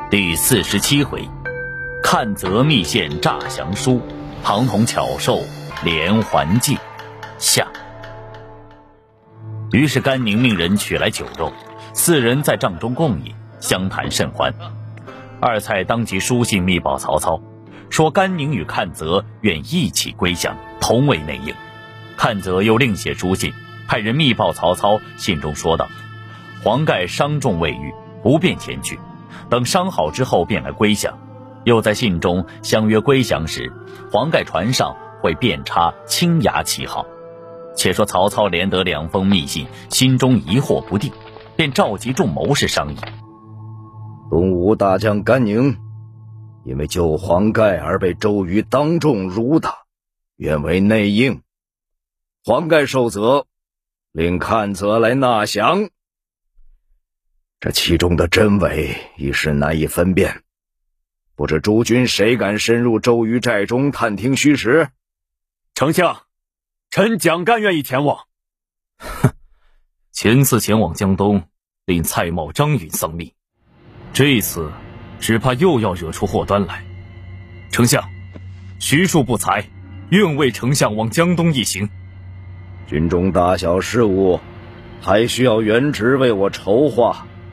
第47回，看则密献诈降书，庞统巧授连环计下。于是甘宁命人取来酒肉，四人在帐中共饮，相谈甚欢。二蔡当即书信密报曹操，说甘宁与阚泽愿一起归降，同为内应。阚泽又另写书信，派人密报曹操，信中说道：黄盖伤重未愈，不便前去，等伤好之后便来归降。又在信中相约归降时，黄盖船上会遍插青牙旗号。且说曹操连得2封密信，心中疑惑不定，便召集众谋士商议。 东吴大将甘宁因为救黄盖而被周瑜当众辱打，愿为内应。黄盖受责，令阚泽来纳降。这其中的真伪一时难以分辨，不知诸军谁敢深入周瑜寨中探听虚实？ 丞相，臣蒋干愿意前往。 哼，前次前往江东，令蔡瑁、张允丧命，这次只怕又要惹出祸端来。丞相，徐庶不才，愿为丞相往江东一行。 军中大小事务，还需要元直为我筹划。